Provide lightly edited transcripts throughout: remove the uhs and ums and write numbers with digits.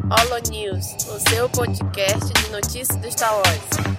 Holo News, o seu podcast de notícias do Star Wars.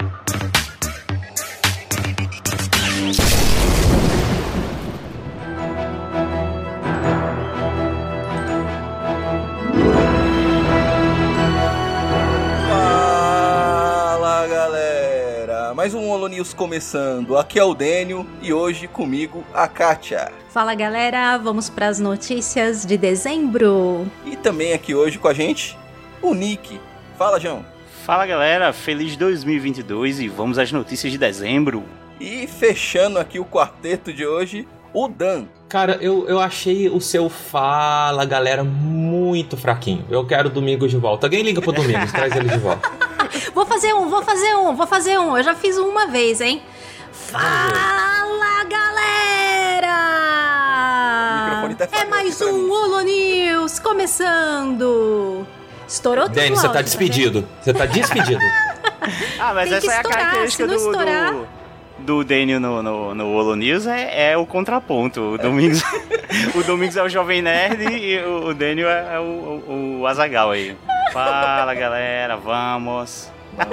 Fala galera, mais um Holo News começando. Aqui é o Dênio e hoje comigo a Kátia. Fala galera, vamos para as notícias de dezembro. E também aqui hoje com a gente o Nick. Fala, João. Fala galera, feliz 2022 e vamos às notícias de dezembro. E fechando aqui o quarteto de hoje, o Dan. Cara, eu achei o seu fala galera muito fraquinho. Eu quero o Domingos de volta. Alguém liga pro Domingos, traz ele de volta. Vou fazer um. Eu já fiz uma vez, hein? Fala galera! O microfone tá É mais um Holo News começando. Estourou tudo. Dani, você tá despedido. Você tá despedido. Ah, mas Tem essa é a característica do Daniel no Holo News, é o contraponto. O Domingos é o Jovem Nerd e o Daniel é o Azaghal aí. Fala galera, vamos.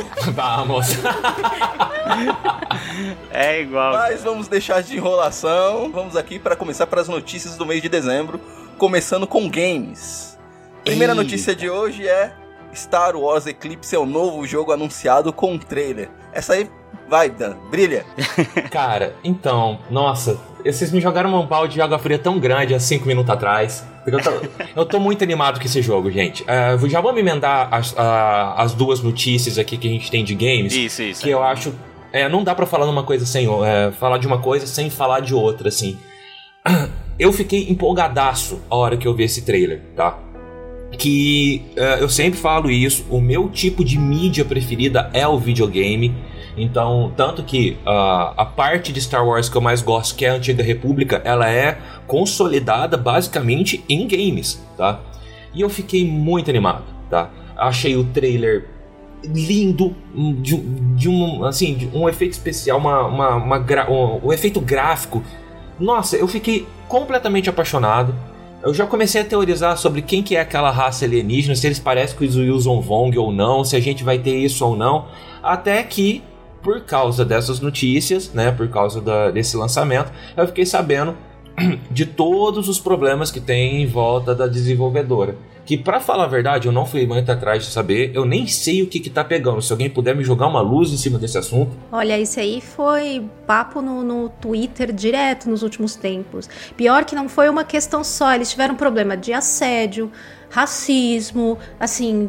É igual. Mas vamos deixar de enrolação. Vamos aqui para começar para as notícias do mês de dezembro, começando com games. Primeira notícia de hoje é Star Wars Eclipse é o novo jogo anunciado com um trailer. Essa aí vai, Dan, brilha. Cara, então, nossa, vocês me jogaram um balde de água fria tão grande há 5 minutos atrás. Eu tô muito animado com esse jogo, gente. Já vamos emendar as duas notícias aqui que a gente tem de games. Isso. Que eu acho... não dá pra falar numa coisa falar de uma coisa sem falar de outra, assim. Eu fiquei empolgadaço a hora que eu vi esse trailer, tá? Que eu sempre falo isso, o meu tipo de mídia preferida é o videogame. Então, tanto que a parte de Star Wars que eu mais gosto, que é a Antiga República, ela é consolidada basicamente em games, tá? E eu fiquei muito animado, tá? Achei o trailer lindo, de um efeito especial, um efeito gráfico. Nossa, eu fiquei completamente apaixonado. Eu já comecei a teorizar sobre quem que é aquela raça alienígena, se eles parecem com os Yuuzhan Vong ou não, se a gente vai ter isso ou não. Até que, por causa dessas notícias, né, por causa desse lançamento, eu fiquei sabendo de todos os problemas que tem em volta da desenvolvedora. Que, pra falar a verdade, eu não fui muito atrás de saber, eu nem sei o que tá pegando. Se alguém puder me jogar uma luz em cima desse assunto. Olha, isso aí foi papo no Twitter direto nos últimos tempos. Pior que não foi uma questão só, eles tiveram problema de assédio, racismo, assim...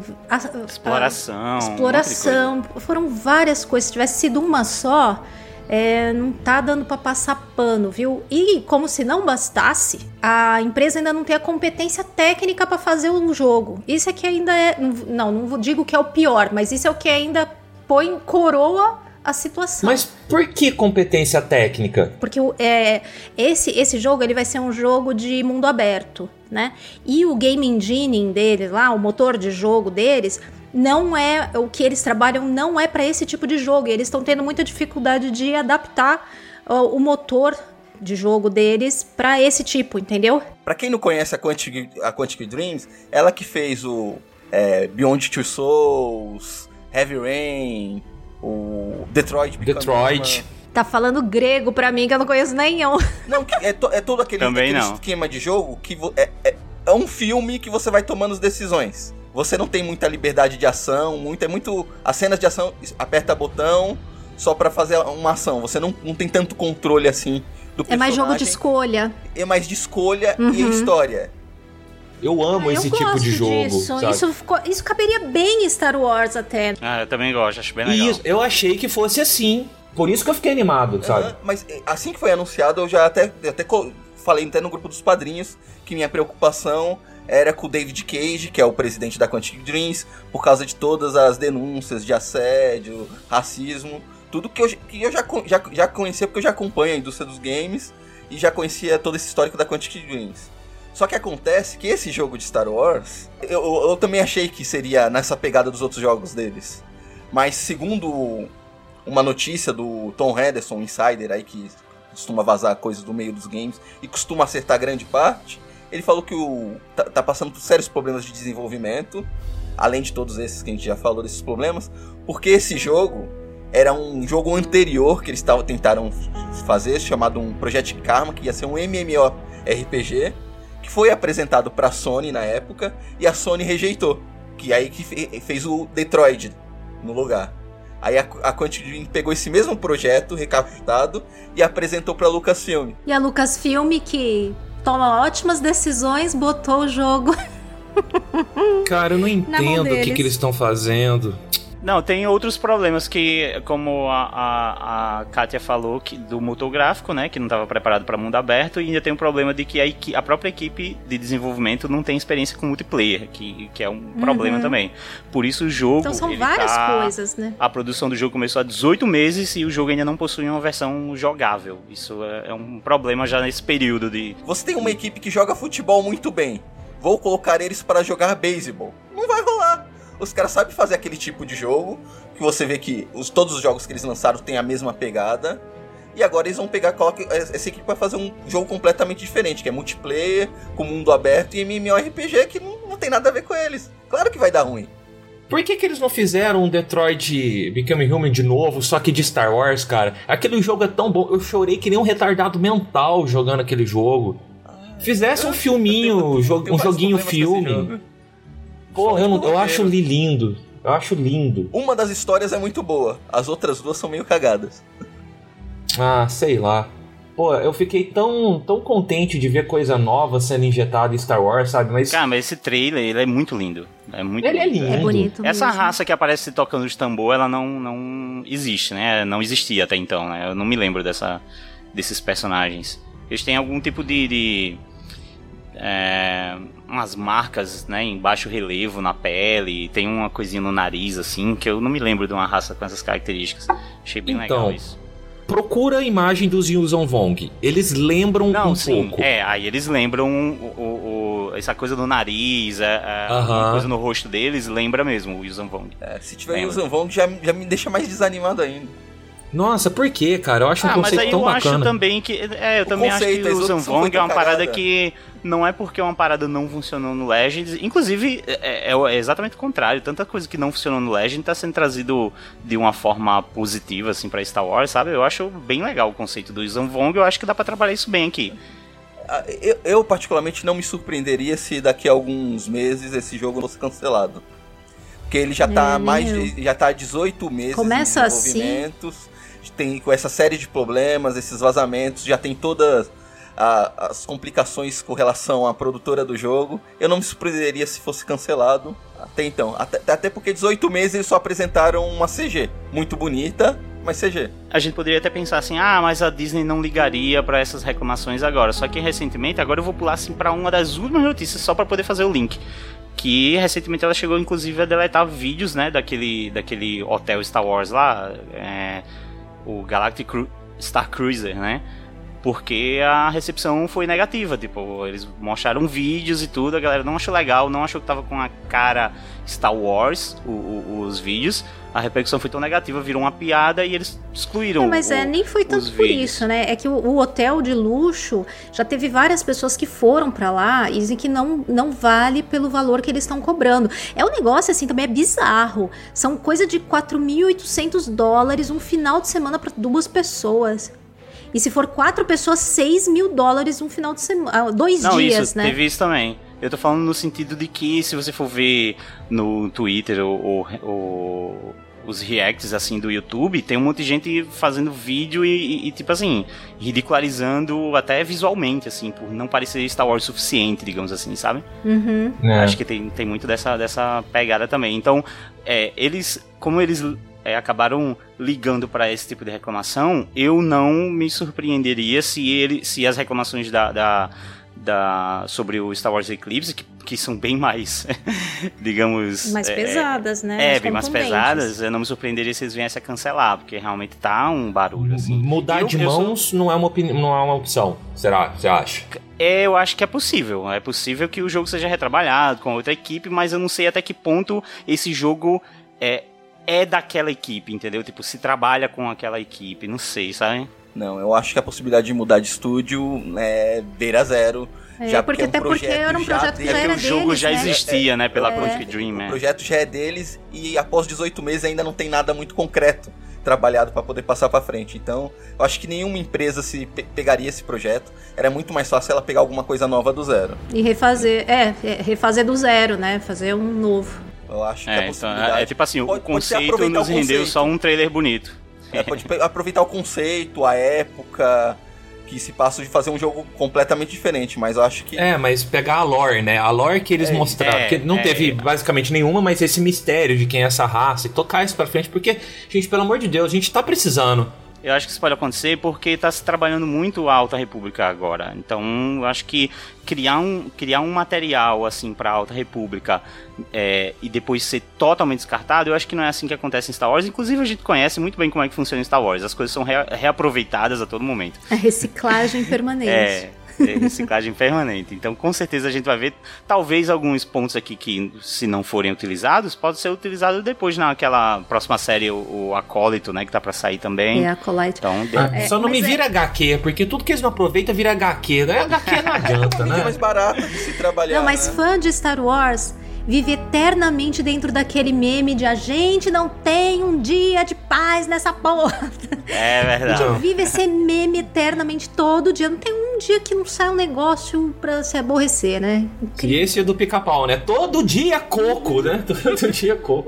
Exploração, foram várias coisas. Se tivesse sido uma só... não tá dando pra passar pano, viu? E como se não bastasse, a empresa ainda não tem a competência técnica pra fazer um jogo. Isso é que ainda é... Não digo que é o pior, mas isso é o que ainda põe coroa a situação. Mas por que competência técnica? Porque esse jogo ele vai ser um jogo de mundo aberto, né? E o game engine deles lá, o motor de jogo deles... Não é o que eles trabalham, não é para esse tipo de jogo. E eles estão tendo muita dificuldade de adaptar o motor de jogo deles para esse tipo, entendeu? Para quem não conhece a Quantic Dreams, ela que fez o Beyond Two Souls, Heavy Rain, o Detroit. Tá falando grego pra mim que eu não conheço nenhum. Não, é todo aquele esquema de jogo que é um filme que você vai tomando as decisões. Você não tem muita liberdade de ação, as cenas de ação, aperta botão só pra fazer uma ação. Você não tem tanto controle assim do personagem. É mais jogo de escolha. É mais de escolha e história. Eu amo esse tipo de jogo. Isso caberia bem em Star Wars até. Eu também gosto, acho bem legal. Isso, eu achei que fosse assim. Por isso que eu fiquei animado, sabe? Mas assim que foi anunciado, eu já até falei até no grupo dos padrinhos que minha preocupação era com o David Cage, que é o presidente da Quantic Dreams, por causa de todas as denúncias de assédio, racismo, tudo que eu já conhecia, porque eu já acompanho a indústria dos games e já conhecia todo esse histórico da Quantic Dreams. Só que acontece que esse jogo de Star Wars, eu também achei que seria nessa pegada dos outros jogos deles. Mas segundo uma notícia do Tom Henderson, insider aí, que costuma vazar coisas do meio dos games e costuma acertar grande parte, ele falou que tá passando por sérios problemas de desenvolvimento além de todos esses que a gente já falou desses problemas, porque esse jogo era um jogo anterior que eles tentaram fazer, chamado um Project Karma, que ia ser um MMORPG, que foi apresentado pra Sony na época, e a Sony rejeitou, que aí que fez o Detroit no lugar. Aí a Quantic Dream pegou esse mesmo projeto recapitulado e apresentou pra Lucasfilm. E a Lucasfilm, que toma ótimas decisões, botou o jogo. Cara, eu não entendo o que eles estão fazendo. Não, tem outros problemas que, como a Kátia falou, do motor gráfico, né, que não estava preparado para mundo aberto, e ainda tem um problema de que a própria equipe de desenvolvimento não tem experiência com multiplayer, que é um problema também. Por isso o jogo... Então são várias coisas, né? A produção do jogo começou há 18 meses e o jogo ainda não possui uma versão jogável. Isso é um problema já nesse período de... Você tem uma equipe que joga futebol muito bem. Vou colocar eles para jogar beisebol. Não vai rolar. Os caras sabem fazer aquele tipo de jogo, que você vê que todos os jogos que eles lançaram têm a mesma pegada, e agora eles vão pegar, essa equipe vai fazer um jogo completamente diferente, que é multiplayer, com mundo aberto e MMORPG, que não tem nada a ver com eles. Claro que vai dar ruim. Por que eles não fizeram um Detroit Become Human de novo, só que de Star Wars, cara? Aquele jogo é tão bom, eu chorei que nem um retardado mental jogando aquele jogo. Fizesse um filminho, um joguinho filme. Porra, eu acho lindo. Eu acho lindo. Uma das histórias é muito boa. As outras duas são meio cagadas. Ah, sei lá. Pô, eu fiquei tão contente de ver coisa nova sendo injetada em Star Wars, sabe? Mas... Cara, mas esse trailer, ele é muito lindo. Ele é lindo. É bonito Essa mesmo. raça que aparece tocando os tambor, ela não existe, né? Não existia até então, né? Eu não me lembro desses personagens. Eles têm algum tipo de umas marcas, né, em baixo relevo na pele, tem uma coisinha no nariz, assim, que eu não me lembro de uma raça com essas características. Achei bem legal isso. Procura a imagem dos Yuuzhan Vong. Eles lembram pouco. Aí eles lembram essa coisa no nariz, uma coisa no rosto deles, lembra mesmo o Yuuzhan Vong. Se tiver Yuuzhan Vong, já me deixa mais desanimado ainda. Nossa, por quê, cara? Eu acho um conceito tão bacana. Mas aí eu acho também que... eu também acho que o Yuuzhan Vong é uma parada que... Não é porque uma parada não funcionou no Legends. Inclusive, é exatamente o contrário. Tanta coisa que não funcionou no Legends tá sendo trazido de uma forma positiva, assim, pra Star Wars, sabe? Eu acho bem legal o conceito do Yuuzhan Vong. Eu acho que dá pra trabalhar isso bem aqui. Eu particularmente, não me surpreenderia se daqui a alguns meses esse jogo fosse cancelado. Porque ele já tá já tá há 18 meses Começa em desenvolvimentos. Assim? Tem com essa série de problemas, esses vazamentos, já tem todas as complicações com relação à produtora do jogo. Eu não me surpreenderia se fosse cancelado até então. Até porque 18 meses eles só apresentaram uma CG muito bonita, mas CG. A gente poderia até pensar assim, mas a Disney não ligaria pra essas reclamações agora. Só que recentemente, agora eu vou pular assim pra uma das últimas notícias só pra poder fazer o link. Que recentemente ela chegou inclusive a deletar vídeos, né, daquele hotel Star Wars lá, o Galactic Star Cruiser, né? Porque a recepção foi negativa, tipo, eles mostraram vídeos e tudo, a galera não achou legal, não achou que tava com a cara Star Wars, os vídeos, a repercussão foi tão negativa, virou uma piada e eles excluíram mas nem foi tanto por isso, né, é que o hotel de luxo, já teve várias pessoas que foram pra lá e dizem que não vale pelo valor que eles estão cobrando. É um negócio assim, também é bizarro, são coisa de $4.800 um final de semana pra 2 pessoas. E se for 4 pessoas, $6.000 um final de semana. 2 dias, isso, né? Teve isso também. Eu tô falando no sentido de que, se você for ver no Twitter ou os reacts, assim, do YouTube, tem um monte de gente fazendo vídeo e tipo assim, ridicularizando até visualmente, assim, por não parecer Star Wars suficiente, digamos assim, sabe? Uhum. Acho que tem muito dessa pegada também. Então, como eles acabaram ligando para esse tipo de reclamação, eu não me surpreenderia se as reclamações sobre o Star Wars Eclipse, que são bem mais, digamos... mais pesadas, né? Bem mais pesadas, eu não me surpreenderia se eles viessem a cancelar, porque realmente tá um barulho, assim. Mudar de mãos não é uma opção, será? Você acha? Eu acho que é possível. É possível que o jogo seja retrabalhado com outra equipe, mas eu não sei até que ponto esse jogo é daquela equipe, entendeu? Tipo, se trabalha com aquela equipe, não sei, sabe? Não, eu acho que a possibilidade de mudar de estúdio é beira zero. Porque era um projeto que já era o jogo deles, já né? existia, né, pela Quantic Dream. O projeto já é deles e após 18 meses ainda não tem nada muito concreto trabalhado para poder passar para frente. Então, eu acho que nenhuma empresa se pegaria esse projeto. Era muito mais fácil ela pegar alguma coisa nova do zero. E refazer do zero, né? Fazer um novo. Eu acho que a possibilidade... Então, tipo assim, o conceito nos rendeu só um trailer bonito. Pode aproveitar o conceito, a época... que se passa de fazer um jogo completamente diferente, mas eu acho que... mas pegar a lore, né? A lore que eles mostraram, porque não teve basicamente nenhuma, mas esse mistério de quem é essa raça, e tocar isso pra frente, porque, gente, pelo amor de Deus, a gente tá precisando. Eu acho que isso pode acontecer porque tá se trabalhando muito a Alta República agora. Então, eu acho que criar um material, assim, pra Alta República e depois ser totalmente descartado, eu acho que não é assim que acontece em Star Wars. Inclusive, a gente conhece muito bem como é que funciona em Star Wars. As coisas são reaproveitadas a todo momento. A reciclagem permanente. Reciclagem permanente. Então, com certeza a gente vai ver talvez alguns pontos aqui que, se não forem utilizados, podem ser utilizados depois naquela próxima série, o Acólito, né, que tá pra sair também. Acólito. Então, só não me vira HQ, porque tudo que eles não aproveitam vira HQ. Né? HQ não adianta, né? É mais barato de se trabalhar. Não, mas fã de Star Wars vive eternamente dentro daquele meme de a gente não tem um dia de paz nessa porra. É verdade. A gente vive esse meme eternamente todo dia. Não tem um dia que não sai um negócio pra se aborrecer, né? E esse é do Pica-Pau, né? Todo dia coco, né? Todo dia coco.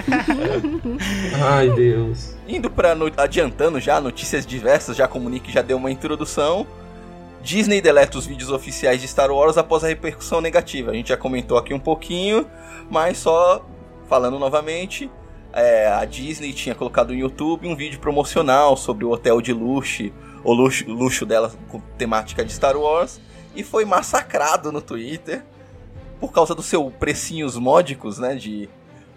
Ai, Deus. Indo pra... adiantando já, notícias diversas, já comunique, já deu uma introdução. Disney deleta os vídeos oficiais de Star Wars após a repercussão negativa. A gente já comentou aqui um pouquinho, mas só falando novamente, a Disney tinha colocado no YouTube um vídeo promocional sobre o hotel de luxo, o luxo dela com temática de Star Wars, e foi massacrado no Twitter por causa dos seus precinhos módicos, né, de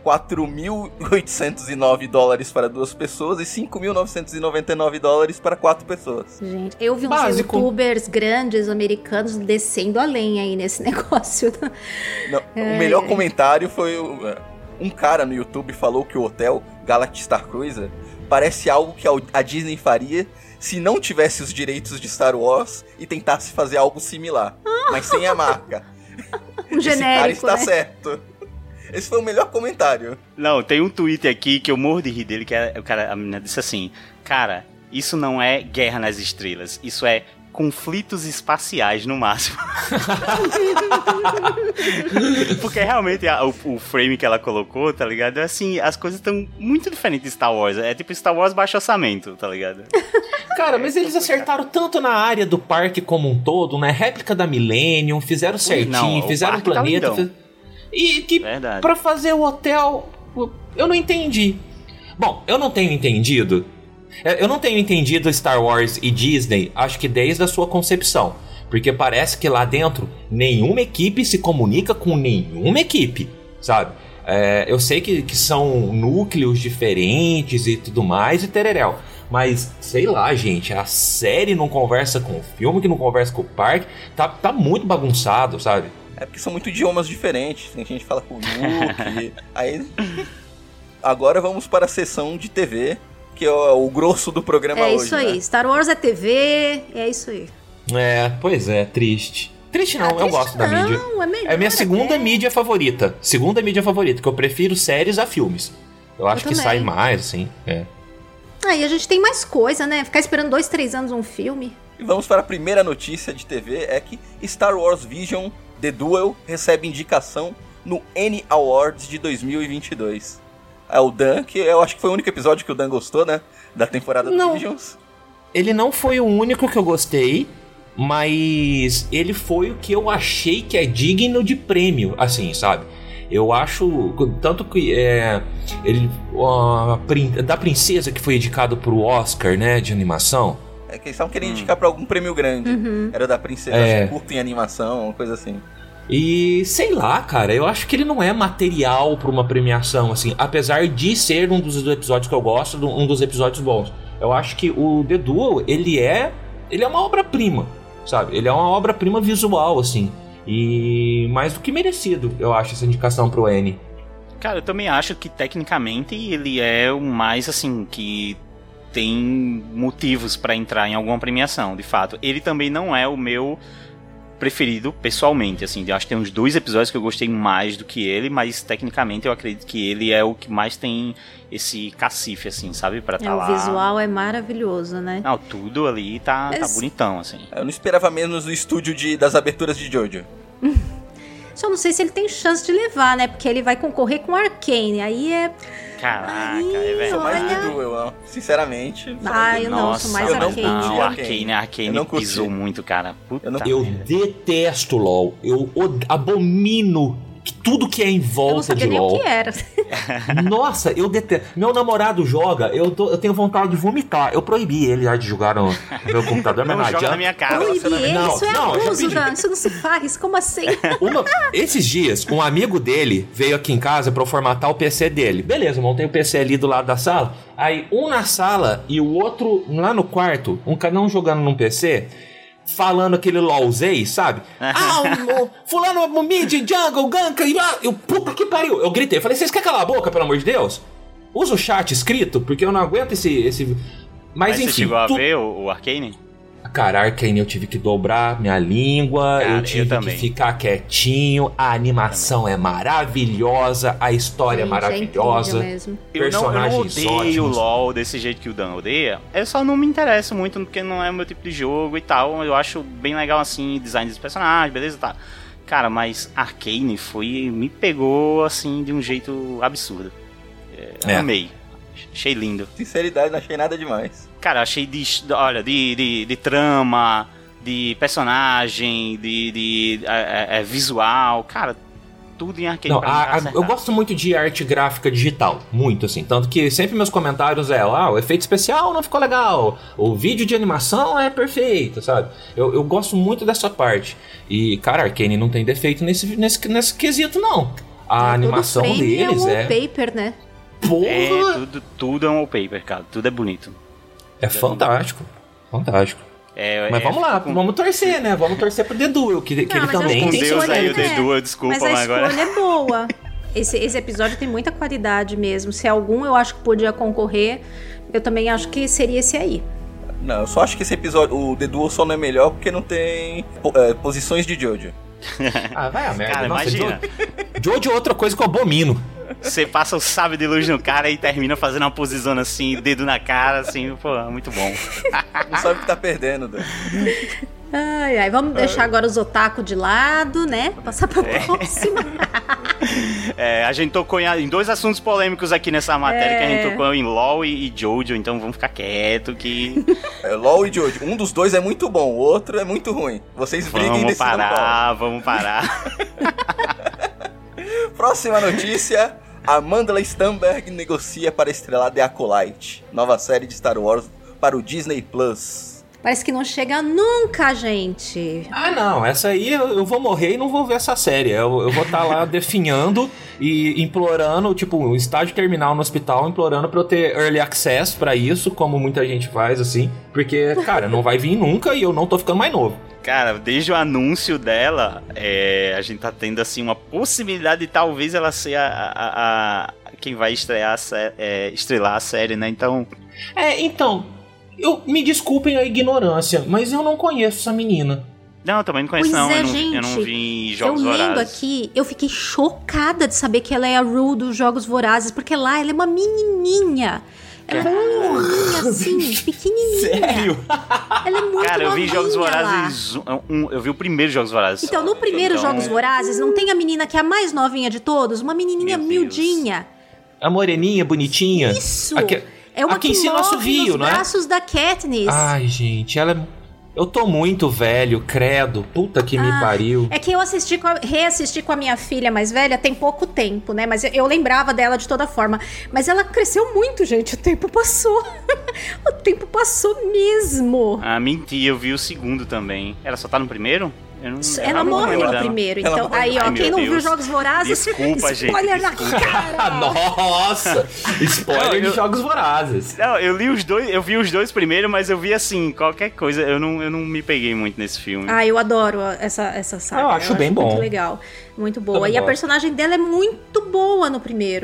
$4.809 para 2 pessoas e $5.999 para 4 pessoas. Gente, eu vi uns youtubers grandes americanos descendo a lenha aí nesse negócio. Não, o melhor comentário foi um cara no YouTube falou que o hotel Galactic Star Cruiser parece algo que a Disney faria se não tivesse os direitos de Star Wars e tentasse fazer algo similar, mas sem a marca. Um genérico, esse cara está certo. Esse foi o melhor comentário. Não, tem um tweet aqui que eu morro de rir dele, que a menina disse assim: cara, isso não é Guerra nas Estrelas, isso é conflitos espaciais no máximo. Porque realmente o frame que ela colocou, tá ligado? É assim, as coisas estão muito diferentes de Star Wars. É tipo Star Wars baixo orçamento, tá ligado? Cara, mas eles acertaram tanto na área do parque como um todo, né? Réplica da Millennium, fizeram certinho, fizeram um planeta. Tá e que pra fazer o hotel, eu não entendi. Bom, eu não tenho entendido Star Wars e Disney, acho que desde a sua concepção. Porque parece que lá dentro nenhuma equipe se comunica com nenhuma equipe, sabe? Eu sei que são núcleos diferentes e tudo mais e tereréu. Mas, sei lá, gente, a série não conversa com o filme, que não conversa com o parque. Tá muito bagunçado, sabe? É porque são muito idiomas diferentes. Tem gente que fala com o Luke. Aí, agora vamos para a sessão de TV, que é o grosso do programa hoje. É isso aí. Né? Star Wars é TV, é isso aí. Pois é, triste. Triste não, eu gosto da mídia. É melhor, é minha segunda mídia favorita. Segunda mídia favorita, que eu prefiro séries a filmes. Eu acho que sai mais, assim. Aí a gente tem mais coisa, né? Ficar esperando 2, 3 anos um filme. E vamos para a primeira notícia de TV, é que Star Wars Vision The Duel recebe indicação no Annie Awards de 2022. O Dan, que eu acho que foi o único episódio que o Dan gostou, né? Da temporada do Visions. Ele não foi o único que eu gostei, mas ele foi o que eu achei que é digno de prêmio, assim, sabe? Eu acho, tanto que da princesa que foi indicado pro Oscar, né, de animação. É que eles estavam querendo indicar pra algum prêmio grande. Era da princesa, curta em animação, uma coisa assim. E sei lá, cara, eu acho que ele não é material pra uma premiação, assim, apesar de ser um dos episódios que eu gosto, um dos episódios bons. Eu acho que o The Duel, ele é uma obra-prima, sabe? Ele é uma obra-prima visual, assim. E mais do que merecido, eu acho, essa indicação pro Annie. Cara, eu também acho que tecnicamente ele é o mais, assim, que tem motivos pra entrar em alguma premiação, de fato. Ele também não é o meu preferido pessoalmente, assim. Eu acho que tem uns 2 episódios que eu gostei mais do que ele, mas tecnicamente eu acredito que ele é o que mais tem esse cacife, assim, sabe? Pra tá lá. O visual é maravilhoso, né? Não, tudo ali tá bonitão, assim. Eu não esperava menos o estúdio das aberturas de Jojo. Só não sei se ele tem chance de levar, né? Porque ele vai concorrer com Arcane. Aí é... Caraca, Aí, é verdade. Sou mais olha... Dudu, eu, sinceramente. Ah, eu não, sou mais Arcane. Não, Arcane Arcane pisou muito, cara. Puta Eu detesto LOL. Eu abomino tudo que é em volta de LOL. Eu não sabia nem o que era. Nossa, eu detesto. Meu namorado joga, eu tenho vontade de vomitar. Eu proibi ele já de jogar no meu computador, mas não não joga adianta. na minha cara. Proibir ele? Isso é abuso, já Dan. Isso não se faz. Como assim? Esses dias, um amigo dele veio aqui em casa pra eu formatar o PC dele. Beleza, eu montei o PC ali do lado da sala. Aí, um na sala e o outro lá no quarto, cada um jogando num PC... falando aquele LOLzei, sabe? Fulano, mid, jungle, gank, eu, puta que pariu. Eu gritei, falei, vocês querem calar a boca, pelo amor de Deus? Usa o chat escrito, porque eu não aguento esse... Mas enfim... Você chegou a ver o Arcane? Cara, Arcane eu tive que dobrar minha língua, eu tive que ficar quietinho, a animação é maravilhosa, a história é maravilhosa, Eu personagens não odeio o ótimos. LoL desse jeito que o Dan odeia, eu só não me interesso muito porque não é o meu tipo de jogo e tal, eu acho bem legal assim, design dos personagens, beleza, tá. Cara, mas Arcane me pegou assim de um jeito absurdo. Amei. Achei lindo. Sinceridade, não achei nada demais. Cara, achei de trama, de personagem, de visual, cara, tudo em Arcane. Não, eu gosto muito de arte gráfica digital, muito assim, tanto que sempre meus comentários o efeito especial não ficou legal, o vídeo de animação é perfeito, sabe? Eu gosto muito dessa parte. E, cara, Arcane não tem defeito nesse quesito, não. A animação deles é wallpaper, né? Porra! Tudo é um wallpaper, cara. Tudo é bonito. É fantástico. Fantástico. Mas vamos lá, vamos torcer, né? Vamos torcer pro Dedu, que ele também tem Deus aí, o Dedu, desculpa, mas a escolha é boa. Esse episódio tem muita qualidade mesmo. Se algum eu acho que podia concorrer, eu também acho que seria esse aí. Não, eu só acho que esse episódio, o Dedu só não é melhor porque não tem posições de Jojo. Vai a merda. Cara, nossa, imagina. Jojo é outra coisa que eu abomino. Você passa o sábio de luz no cara e termina fazendo uma posição assim, dedo na cara, assim, pô, muito bom. Não sabe o que tá perdendo, Dan. Vamos deixar agora os otaku de lado, né? Passar pra próxima. A gente tocou em 2 assuntos polêmicos aqui nessa matéria, que a gente tocou em LoL e Jojo, então vamos ficar quieto que... LoL e Jojo, um dos dois é muito bom, o outro é muito ruim. Vocês briguem desse Vamos parar. Próxima notícia, Amandla Stenberg negocia para estrelar The Acolyte, nova série de Star Wars para o Disney Plus. Parece que não chega nunca, gente. Não, essa aí eu vou morrer e não vou ver essa série. Eu vou estar lá definhando e implorando, tipo, um estágio terminal no hospital, implorando pra eu ter early access pra isso, como muita gente faz, assim. Porque, cara, não vai vir nunca e eu não tô ficando mais novo. Cara, desde o anúncio dela, a gente tá tendo, assim, uma possibilidade de talvez ela ser quem vai estrelar a série, né? Então... Me desculpem a ignorância, mas eu não conheço essa menina. Não, eu também não conheço, não. Gente, eu não vi Jogos Vorazes. Eu lendo aqui, eu fiquei chocada de saber que ela é a Rue dos Jogos Vorazes, porque lá ela é uma menininha. Ela é uma menininha, assim, pequenininha. Sério? Ela é muito Cara, eu vi Jogos Vorazes. Eu vi o primeiro Jogos Vorazes. Então, no primeiro Jogos Vorazes, não tem a menina que é a mais novinha de todos? Uma menininha miudinha. A moreninha, bonitinha. Isso! É uma que ensina morre assobio, nos braços da Katniss. Ai, gente, eu tô muito velho, credo. Puta que me pariu. É que eu reassisti com a minha filha mais velha tem pouco tempo, né? Mas eu lembrava dela de toda forma. Mas ela cresceu muito, gente. O tempo passou. O tempo passou mesmo. Mentira, eu vi o segundo também. Ela só tá no primeiro? Ela morreu no primeiro. Então, aí, ó, quem não viu Jogos Vorazes, desculpa, spoiler na cara. Nossa! Spoiler de Jogos Vorazes. Não, eu vi os dois primeiro, mas eu vi assim, qualquer coisa. Eu não me peguei muito nesse filme. Eu adoro essa saga. Eu acho bem bom. Muito legal. Muito boa. E a personagem dela é muito boa no primeiro.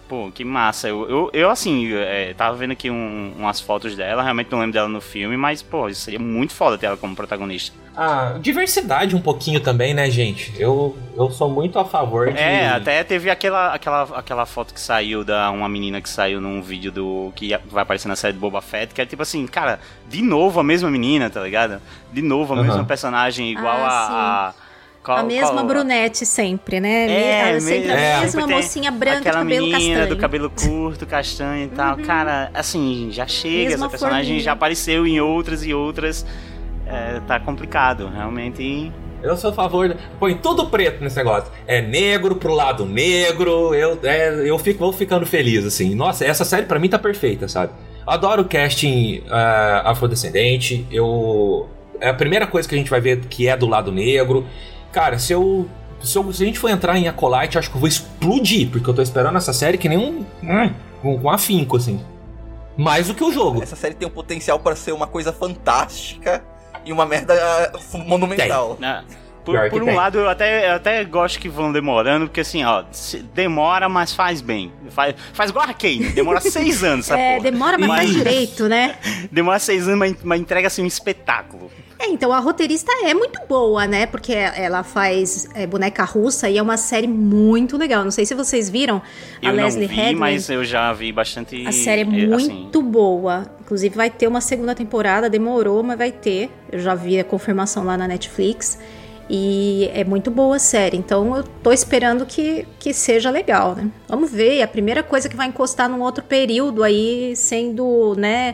Pô, que massa. Eu assim, tava vendo aqui umas fotos dela, realmente não lembro dela no filme, mas, pô, isso seria muito foda ter ela como protagonista. Diversidade um pouquinho também, né, gente? Eu sou muito a favor de... Até teve aquela foto que saiu uma menina que saiu num vídeo que vai aparecer na série do Boba Fett, que é tipo assim, cara, de novo a mesma menina, tá ligado? De novo a mesma personagem, igual a mesma brunete sempre, né? Sempre a mesma mocinha branca de cabelo castanho. Do cabelo curto, castanho e tal. Cara, assim, já chega, essa personagem já apareceu em outras e outras. Tá complicado, realmente. Eu sou a favor. Põe tudo preto nesse negócio. É negro pro lado negro. Eu vou ficando feliz, assim. Nossa, essa série pra mim tá perfeita, sabe? Adoro o casting afrodescendente. É a primeira coisa que a gente vai ver que é do lado negro. Cara, se a gente for entrar em Acolyte, acho que eu vou explodir, porque eu tô esperando essa série que nem com afinco, assim. Mais do que o jogo. Essa série tem um potencial para ser uma coisa fantástica e uma merda monumental. Por um lado, eu até gosto que vão demorando, porque assim, ó, demora, mas faz bem. Faz igual Arcane, demora 6 anos, essa porra. Demora, mas faz direito, né? Demora 6 anos, mas entrega assim um espetáculo. Então a roteirista é muito boa, né? Porque ela faz boneca russa e é uma série muito legal. Não sei se vocês viram a Leslie Headland. Mas eu já vi bastante. A série é muito boa. Inclusive vai ter uma segunda temporada, demorou, mas vai ter. Eu já vi a confirmação lá na Netflix. E é muito boa a série, então eu tô esperando que seja legal, né? Vamos ver, a primeira coisa que vai encostar num outro período aí, sendo, né,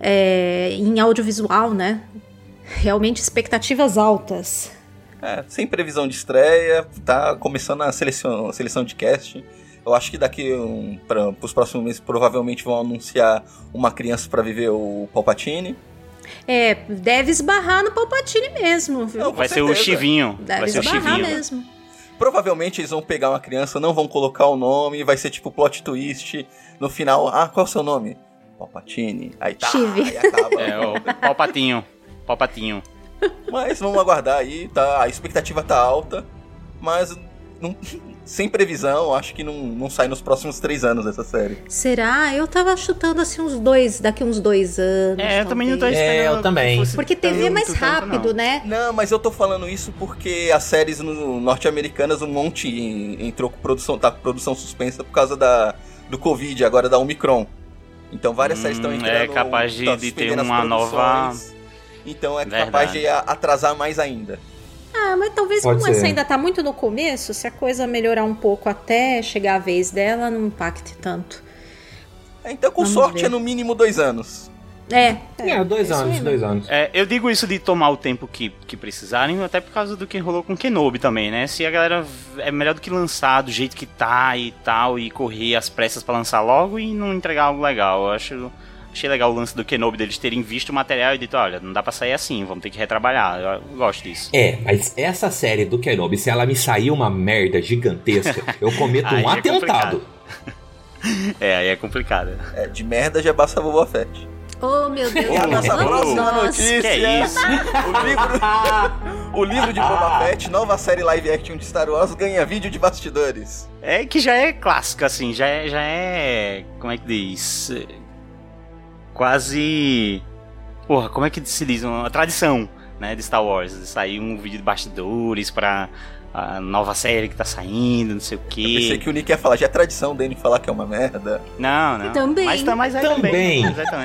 em audiovisual, né? Realmente expectativas altas. Sem previsão de estreia, tá começando a seleção de cast. Eu acho que daqui para os próximos meses provavelmente vão anunciar uma criança para viver o Palpatine. Deve esbarrar no Palpatine mesmo, viu? Não, vai ser o Chivinho. Deve esbarrar mesmo. Provavelmente eles vão pegar uma criança, não vão colocar o nome, vai ser tipo plot twist. No final, qual é o seu nome? Palpatine. Aí tá, aí acaba. O Palpatinho. Mas vamos aguardar aí, tá? A expectativa tá alta, mas sem previsão, acho que não sai nos próximos 3 anos essa série. Será? Eu tava chutando assim daqui uns 2 anos. Eu também não tô esperando. Eu também. Porque TV é mais rápido, né? Não, mas eu tô falando isso porque as séries norte-americanas, um monte entrou com produção, tá com produção suspensa por causa do Covid, agora da Omicron. Então várias séries estão entrando. É capaz de ter uma nova... Então capaz de atrasar mais ainda. Mas talvez como essa ainda tá muito no começo, se a coisa melhorar um pouco até chegar a vez dela, não impacte tanto. Então com sorte é no mínimo 2 anos. 2 anos. Eu digo isso de tomar o tempo que precisarem, até por causa do que rolou com Kenobi também, né? Se a galera é melhor do que lançar do jeito que tá e tal, e correr às pressas pra lançar logo e não entregar algo legal. Eu achei legal o lance do Kenobi, deles terem visto o material e dito, olha, não dá pra sair assim, vamos ter que retrabalhar. Eu gosto disso. Mas essa série do Kenobi, se ela me sair uma merda gigantesca, eu cometo um atentado. Aí é complicado. De merda já basta a Boba Fett. Oh, meu Deus. E a nossa próxima notícia. Que é isso? O livro de Boba Fett, nova série live action de Star Wars, ganha vídeo de bastidores. Que já é clássico, assim, já é como é que diz? Quase... Porra, como é que se diz? Uma tradição, né, de Star Wars. De sair um vídeo de bastidores pra a nova série que tá saindo, não sei o quê. Eu pensei que o Nick ia falar, já é tradição dele falar que é uma merda. Não. Também. Mas aí também.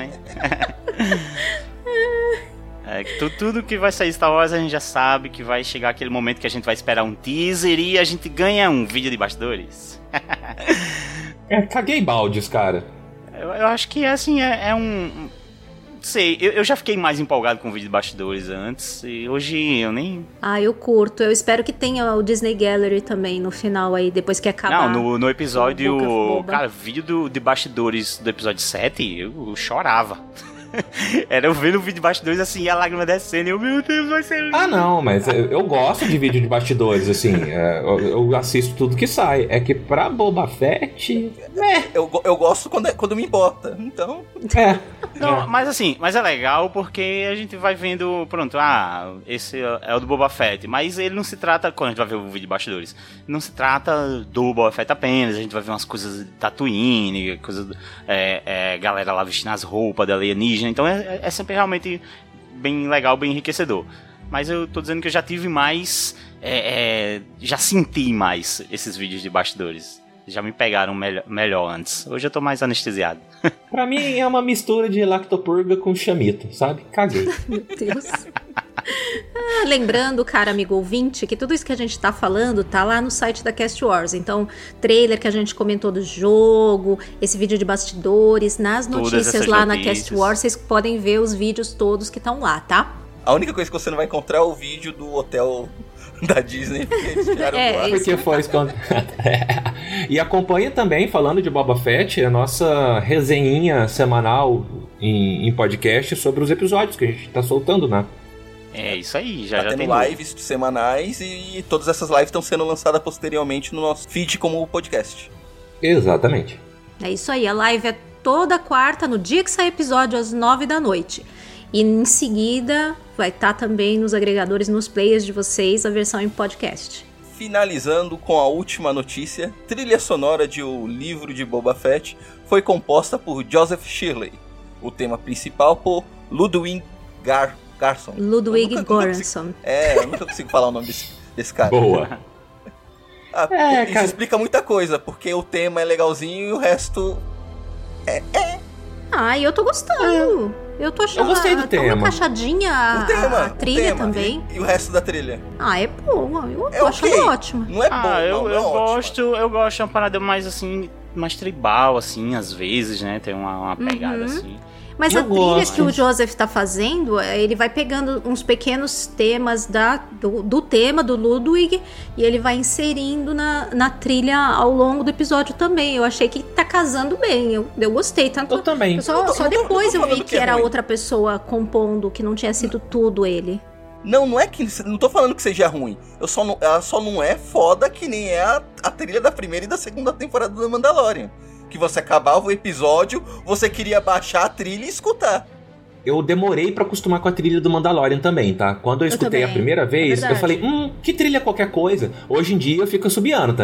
Tudo que vai sair Star Wars a gente já sabe que vai chegar aquele momento que a gente vai esperar um teaser e a gente ganha um vídeo de bastidores. Caguei baldes, cara. Eu acho que assim, um... Sei, eu já fiquei mais empolgado com o vídeo de bastidores antes, e hoje eu nem... Eu curto. Eu espero que tenha o Disney Gallery também no final aí, depois que acabar. Não, no episódio... Cara, vídeo de bastidores do episódio 7, eu chorava. Era eu vendo o vídeo de bastidores assim, a lágrima descendo, e eu, meu Deus, vai ser lindo. Ah, não, mas eu gosto de vídeo de bastidores, assim. Eu assisto tudo que sai. É que pra Boba Fett. Eu gosto quando me importa. Então. Não, mas assim, mas é legal porque a gente vai vendo, pronto, esse é o do Boba Fett, mas ele não se trata, quando a gente vai ver o vídeo de bastidores, não se trata do Boba Fett apenas, a gente vai ver umas coisas de Tatooine, coisas, galera lá vestindo as roupas da alienígena, então é sempre realmente bem legal, bem enriquecedor. Mas eu tô dizendo que eu já tive mais, já senti mais esses vídeos de bastidores. Já me pegaram melhor antes. Hoje eu tô mais anestesiado. Pra mim é uma mistura de lactopurga com chamito, sabe? Caguei. Meu Deus. Lembrando, cara amigo ouvinte, que tudo isso que a gente tá falando tá lá no site da Cast Wars. Então, trailer que a gente comentou do jogo, esse vídeo de bastidores, nas notícias lá na Cast Wars, vocês podem ver os vídeos todos que estão lá, tá? A única coisa que você não vai encontrar é o vídeo do hotel da Disney, porque eles tiraram do ar. Porque foi escondido. E acompanha também, falando de Boba Fett, a nossa resenhinha semanal em podcast sobre os episódios que a gente tá soltando, né? É isso aí, já tendo lives semanais e todas essas lives estão sendo lançadas posteriormente no nosso feed como podcast. Exatamente. É isso aí, a live é toda quarta, no dia que sai episódio, às 9 da noite. E em seguida vai estar também nos agregadores, nos players de vocês, a versão em podcast. Finalizando com a última notícia, trilha sonora de O Livro de Boba Fett foi composta por Joseph Shirley. O tema principal por Ludwig Göransson. Ludwig Göransson. Eu nunca consigo falar o nome desse cara. Boa. Isso explica muita coisa, porque o tema é legalzinho e o resto e eu tô gostando. Eu tô achando. Eu gostei do tema. Encaixadinha a trilha também. E o resto da trilha? É boa. Eu tô achando ótimo. Não é bom, eu gosto de uma parada mais assim, mais tribal, assim, às vezes, né? Tem uma pegada assim. Mas a trilha que o Joseph tá fazendo, ele vai pegando uns pequenos temas do tema do Ludwig e ele vai inserindo na trilha ao longo do episódio também. Eu achei que tá casando bem, eu gostei. Tanto, eu também. Só depois eu vi que era outra pessoa compondo, que não tinha sido tudo ele. Não tô falando que seja ruim. Ela só não é foda que nem é a trilha da primeira e da segunda temporada do Mandalorian. Que você acabava o episódio, você queria baixar a trilha e escutar. Eu demorei pra acostumar com a trilha do Mandalorian também, tá? Quando eu escutei a primeira vez, eu falei, que trilha qualquer coisa. Hoje em dia eu fico assobiando.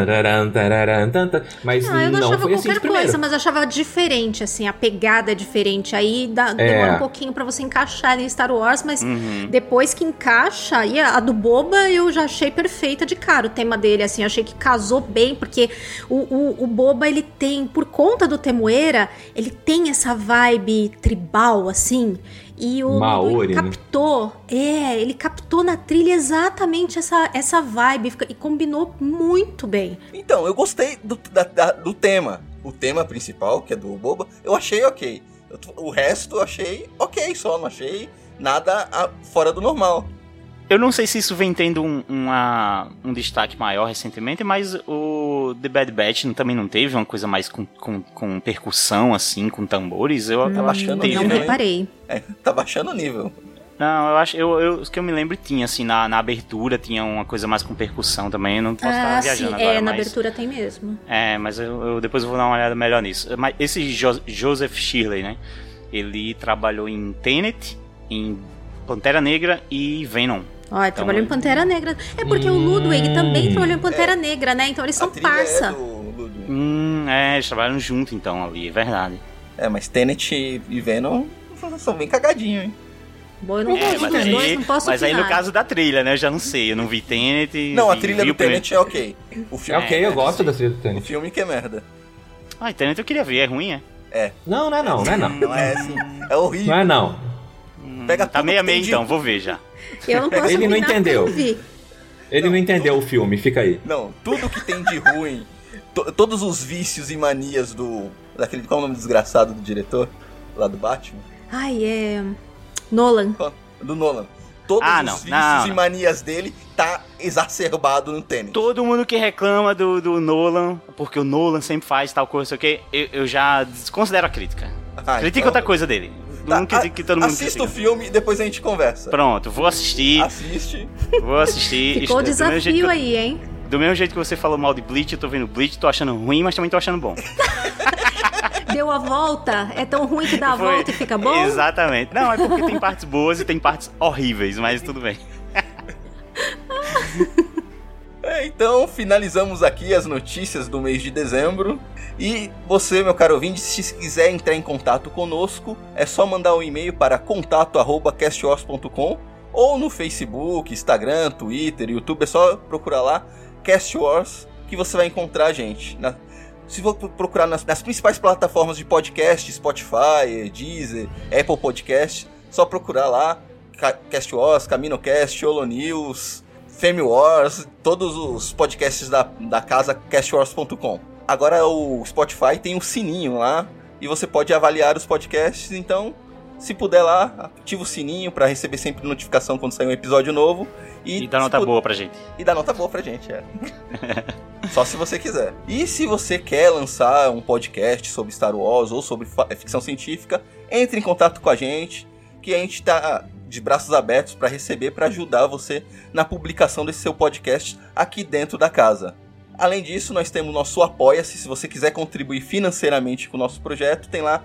Mas eu não achava foi assim de primeira. Coisa, mas eu achava diferente, assim, a pegada é diferente. Aí demora um pouquinho pra você encaixar em Star Wars, mas depois que encaixa, aí a do Boba eu já achei perfeita de cara. O tema dele, assim, eu achei que casou bem, porque o Boba, ele tem, por conta do Temuera, ele tem essa vibe tribal, assim. E o Maori, captou, ele captou na trilha exatamente essa vibe e combinou muito bem. Então, eu gostei do tema. O tema principal, que é do Boba, eu achei ok. O resto eu achei ok, só não achei nada fora do normal. Eu não sei se isso vem tendo um destaque maior recentemente, mas o The Bad Batch também não teve uma coisa mais com percussão, assim, com tambores? Eu tava achando não reparei. Tá baixando o nível. Não, o que eu me lembro tinha, assim, na abertura tinha uma coisa mais com percussão também, eu não posso estar viajando agora. Na abertura tem mesmo. Mas eu depois eu vou dar uma olhada melhor nisso. Mas esse Joseph Shirley, né, ele trabalhou em Tenet, em Pantera Negra e Venom. Ele trabalhou em Pantera Negra. É porque o Ludwig também trabalhou em Pantera Negra, né? Então eles são parça. Eles trabalham junto então ali, é verdade. Mas Tenet e Venom são bem cagadinhos, hein? Bom, eu não vi os dois, não posso Mas opinar. aí no caso da trilha, né? Eu já não sei, eu não vi Tenet. Não, a trilha do Tenet é ok. O filme eu gosto da trilha do Tenet. O filme que é merda. Tenet eu queria ver, é ruim, é? Não é não. Não é assim, é horrível. Não é não. Pega tá meio a meio então, vou ver já. Eu não posso Ele não entendeu. Ele não entendeu o filme, fica aí. Não, tudo que tem de ruim, todos os vícios e manias daquele, qual é o nome desgraçado do diretor? Lá do Batman? Nolan. Do Nolan. Todos os vícios e manias dele tá exacerbado no Tenet. Todo mundo que reclama do Nolan, porque o Nolan sempre faz tal coisa, sei o quê, eu já desconsidero a crítica. Critica outra coisa dele. Não que todo mundo assista o filme e depois a gente conversa. Pronto, vou assistir. Vou assistir. Ficou o desafio aí, hein? Do mesmo jeito que você falou mal de Bleach, eu tô vendo Bleach, tô achando ruim, mas também tô achando bom. Deu a volta? É tão ruim que dá a volta e fica bom? Exatamente. Não, é porque tem partes boas e tem partes horríveis, mas tudo bem. Então, finalizamos aqui as notícias do mês de dezembro. E você, meu caro ouvinte, se quiser entrar em contato conosco, é só mandar um e-mail para contato@castwars.com ou no Facebook, Instagram, Twitter, YouTube. É só procurar lá, Cast Wars, que você vai encontrar a gente. Se for procurar nas principais plataformas de podcast, Spotify, Deezer, Apple Podcast, só procurar lá, Cast Wars, CaminoCast, Holonews, Fame Wars, todos os podcasts da casa castwars.com. Agora o Spotify tem um sininho lá e você pode avaliar os podcasts, então se puder lá, ativa o sininho para receber sempre notificação quando sair um episódio novo. E dá nota boa pra gente. E dá nota boa pra gente, Só se você quiser. E se você quer lançar um podcast sobre Star Wars ou sobre ficção científica, entre em contato com a gente, que a gente tá de braços abertos para receber, para ajudar você na publicação desse seu podcast aqui dentro da casa. Além disso, nós temos nosso Apoia-se. Se você quiser contribuir financeiramente com o nosso projeto, tem lá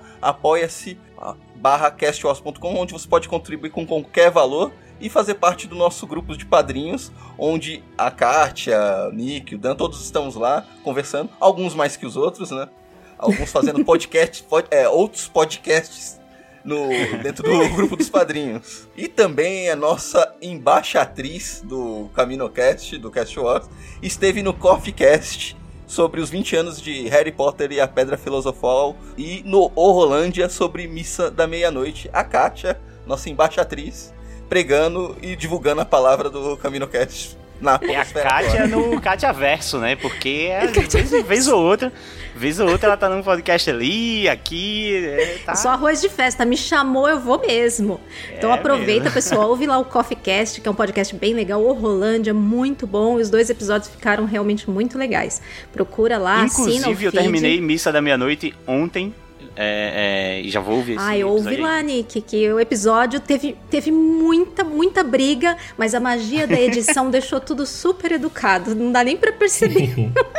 apoia-se/castwars.com, onde você pode contribuir com qualquer valor e fazer parte do nosso grupo de padrinhos, onde a Kátia, o Nick, o Dan, todos estamos lá conversando, alguns mais que os outros, né? Alguns fazendo outros podcasts dentro do grupo dos padrinhos. E também a nossa embaixatriz do CaminoCast, do Cast Wars, esteve no Coffee Cast sobre os 20 anos de Harry Potter e a Pedra Filosofal, e no Horrolândia sobre Missa da Meia-Noite, a Kátia, nossa embaixatriz, pregando e divulgando a palavra do CaminoCast na podosfera. É a Kátia no Kátia Verso, né? Porque vez ou outra ela tá num podcast ali, aqui, tá... Só arroz de festa, me chamou, eu vou mesmo. Então aproveita, mesmo. Pessoal, ouve lá o Coffee Cast, que é um podcast bem legal, o Rolândia, muito bom, e os 2 episódios ficaram realmente muito legais. Procura lá, assina o feed. Inclusive, eu terminei Missa da Meia-Noite ontem, e já vou ouvir esse episódio. Ouve lá, Nick, que o episódio teve muita briga, mas a magia da edição deixou tudo super educado, não dá nem pra perceber.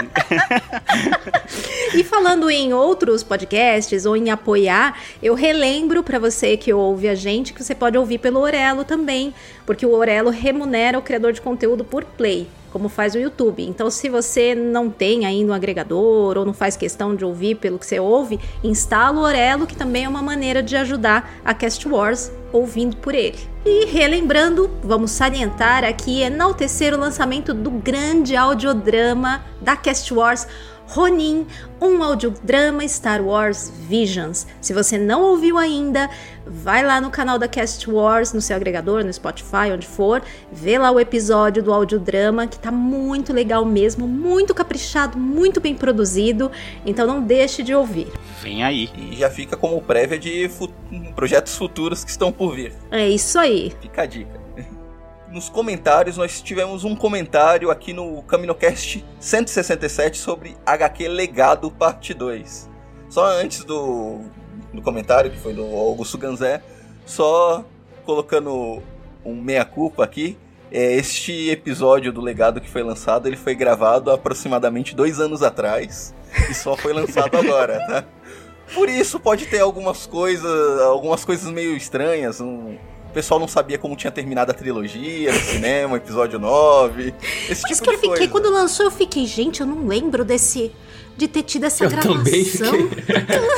E falando em outros podcasts ou em apoiar, eu relembro pra você que ouve a gente que você pode ouvir pelo Orelo também, porque o Orelo remunera o criador de conteúdo por play, como faz o YouTube. Então, se você não tem ainda um agregador ou não faz questão de ouvir pelo que você ouve, instala o Orelo, que também é uma maneira de ajudar a Cast Wars ouvindo por ele. E relembrando, vamos salientar aqui, enaltecer o lançamento do grande audiodrama da Cast Wars, Ronin, um audiodrama Star Wars Visions. Se você não ouviu ainda, vai lá no canal da Cast Wars, no seu agregador, no Spotify, onde for, vê lá o episódio do audiodrama, que tá muito legal mesmo, muito caprichado, muito bem produzido, então não deixe de ouvir. Vem aí. E já fica como prévia de projetos futuros que estão por vir. É isso aí. Fica a dica. Nos comentários, nós tivemos um comentário aqui no CaminoCast 167 sobre HQ Legado Parte 2. Só antes do comentário, que foi do Augusto Ganzé, só colocando um meia-culpa aqui, este episódio do Legado que foi lançado, ele foi gravado há aproximadamente 2 anos atrás e só foi lançado agora, tá? Por isso pode ter algumas coisas meio estranhas, O pessoal não sabia como tinha terminado a trilogia no cinema, episódio 9, esse Mas tipo de coisa. Fiquei, quando lançou, eu fiquei, gente, eu não lembro de ter tido essa gravação. Também fiquei.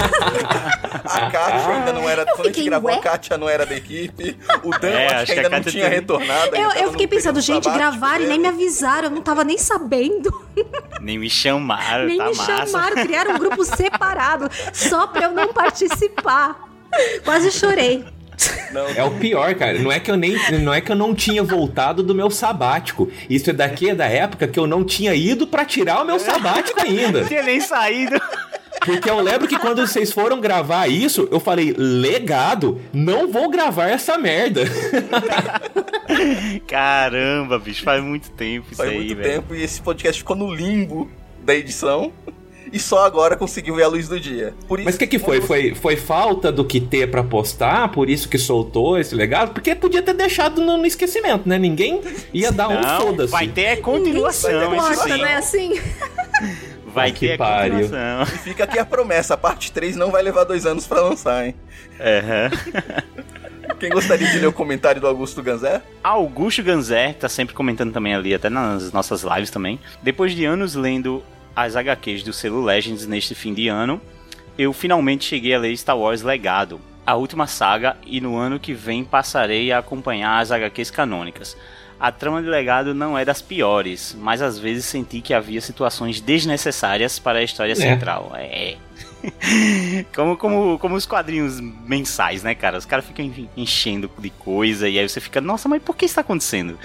A Kátia ainda não era, quando a gente gravou, a Kátia não era da equipe, o Dan acho que ainda não tinha retornado. Eu fiquei pensando, gente, gravaram e nem me avisaram, eu não tava nem sabendo. Nem me chamaram, nem me chamaram, criaram um grupo separado, só pra eu não participar. Quase chorei. Não. É o pior, cara. Não é que eu não tinha voltado do meu sabático. Isso é da época que eu não tinha ido pra tirar o meu sabático ainda. Não tinha nem saído. Porque eu lembro que quando vocês foram gravar isso, eu falei, Legado, não vou gravar essa merda. Caramba, bicho, faz muito tempo isso aí, velho. Faz muito tempo e esse podcast ficou no limbo da edição. e só agora conseguiu ver a luz do dia. Por isso, Mas o que foi? Foi falta do que ter pra postar? Por isso que soltou esse legado? Porque podia ter deixado no esquecimento, né? Ninguém ia dar foda-se. Vai ter continuação, isso sim. Não é assim? Vai ter a continuação. E fica aqui a promessa, a parte 3 não vai levar 2 anos pra lançar, hein? Quem gostaria de ler o comentário do Augusto Ganzer? Augusto Ganzer tá sempre comentando também ali, até nas nossas lives também. Depois de anos lendo as HQs do selo Legends neste fim de ano, eu finalmente cheguei a ler Star Wars Legado, a última saga, e no ano que vem passarei a acompanhar as HQs canônicas. A trama de Legado não é das piores, mas às vezes senti que havia situações desnecessárias para a história central. Como os quadrinhos mensais, né, cara? Os caras ficam enchendo de coisa e aí você fica, nossa, mas por que isso tá acontecendo?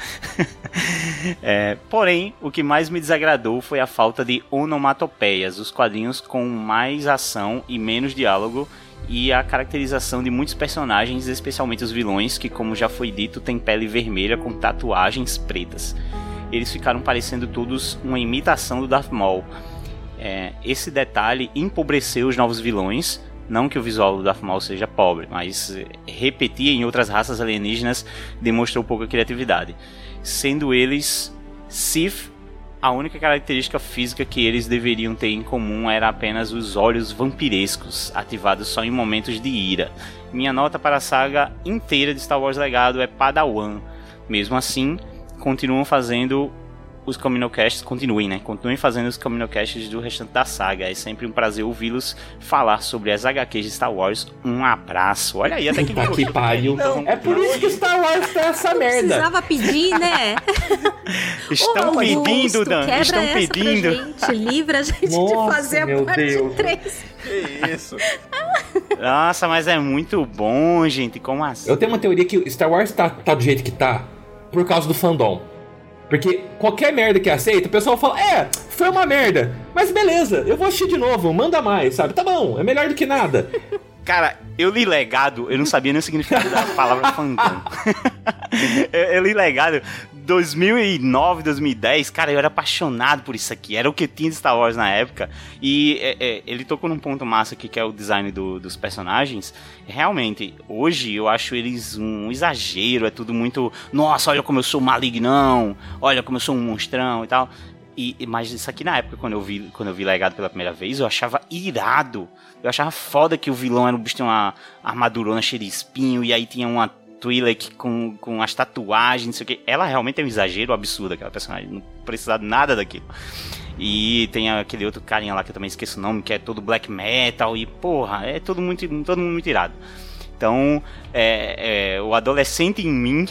Porém, o que mais me desagradou foi a falta de onomatopeias, os quadrinhos com mais ação e menos diálogo, e a caracterização de muitos personagens, especialmente os vilões, que, como já foi dito, têm pele vermelha com tatuagens pretas. Eles ficaram parecendo todos uma imitação do Darth Maul. Esse detalhe empobreceu os novos vilões, não que o visual do Darth Maul seja pobre, mas repetir em outras raças alienígenas demonstrou pouca criatividade. Sendo eles Sith, a única característica física que eles deveriam ter em comum era apenas os olhos vampirescos, ativados só em momentos de ira. Minha nota para a saga inteira de Star Wars Legado é Padawan. Mesmo assim, continuem fazendo os Caminocasts do restante da saga. É sempre um prazer ouvi-los falar sobre as HQs de Star Wars. Um abraço. Olha aí, até que pariu. É por isso que Star Wars tá essa merda. Precisava pedir, né? Estão pedindo, Dan. Estão pedindo. Gente, livra a gente de fazer a parte 3. Que isso? Nossa, mas é muito bom, gente. Como assim? Eu tenho uma teoria que Star Wars tá do jeito que tá por causa do fandom. Porque qualquer merda que aceita, o pessoal fala, foi uma merda, mas beleza, eu vou assistir de novo, manda mais, sabe? Tá bom, é melhor do que nada. Cara, eu li Legado, eu não sabia nem o significado da palavra fandom. eu li Legado 2009, 2010, cara, eu era apaixonado por isso aqui, era o que tinha de Star Wars na época, e ele tocou num ponto massa aqui, que é o design dos personagens. Realmente, hoje eu acho eles um exagero, é tudo muito, nossa, olha como eu sou malignão, olha como eu sou um monstrão e tal. Mas isso aqui na época, quando eu vi Legado pela primeira vez, eu achava irado. Eu achava foda que o vilão era um bicho, tinha uma armadurona cheia de espinho, e aí tinha uma Twi'lek com as tatuagens, não sei o que. Ela realmente é um exagero absurdo, aquela personagem. Não precisava de nada daquilo. E tem aquele outro carinha lá que eu também esqueço o nome, que é todo black metal, e porra, é todo mundo muito irado. Então, o adolescente em mim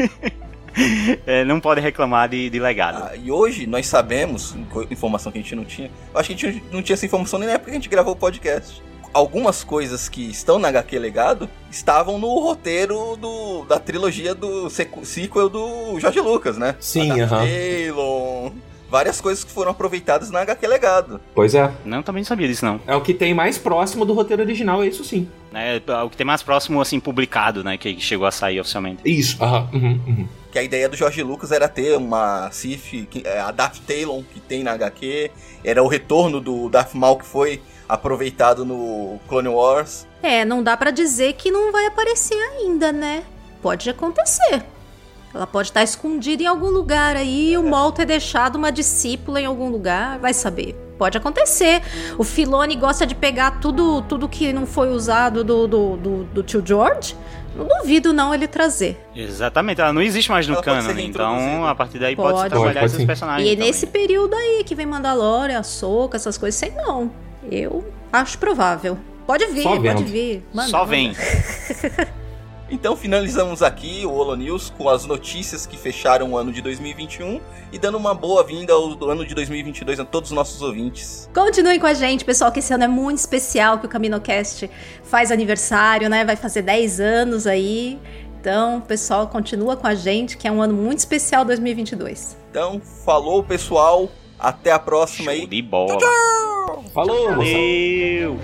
não pode reclamar de Legado. E hoje nós sabemos, informação que a gente não tinha, eu acho que a gente não tinha essa informação nem na época que a gente gravou o podcast. Algumas coisas que estão na HQ Legado estavam no roteiro da trilogia do sequel do George Lucas, né? Sim, Taylor, várias coisas que foram aproveitadas na HQ Legado. Pois é. Não, também não sabia disso, não. É o que tem mais próximo do roteiro original, é isso sim. É o que tem mais próximo, assim, publicado, né? Que chegou a sair oficialmente. Isso, Que a ideia do George Lucas era ter uma Sith, a Darth Talon, que tem na HQ. Era o retorno do Darth Maul, que foi aproveitado no Clone Wars. Não dá pra dizer que não vai aparecer ainda, né? Pode acontecer. Ela pode estar escondida em algum lugar aí, o Maul ter deixado uma discípula em algum lugar, vai saber. Pode acontecer. O Filoni gosta de pegar tudo que não foi usado do tio George. Não duvido não ele trazer. Exatamente, ela não existe mais no canon, então a partir daí pode trabalhar esses personagens. E também. Nesse período aí que vem Mandalorian, Ahsoka, essas coisas, sei não. Eu acho provável. Pode vir, pode vir. Só vem. Então finalizamos aqui o Holo News com as notícias que fecharam o ano de 2021 e dando uma boa-vinda ao ano de 2022 a todos os nossos ouvintes. Continuem com a gente, pessoal, que esse ano é muito especial, que o CaminoCast faz aniversário, né? Vai fazer 10 anos aí. Então, pessoal, continua com a gente, que é um ano muito especial 2022. Então, falou, pessoal. Até a próxima aí. Show de bola. Tchau! Falou, valeu!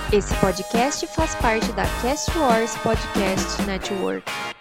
Esse podcast faz parte da Cast Wars Podcast Network.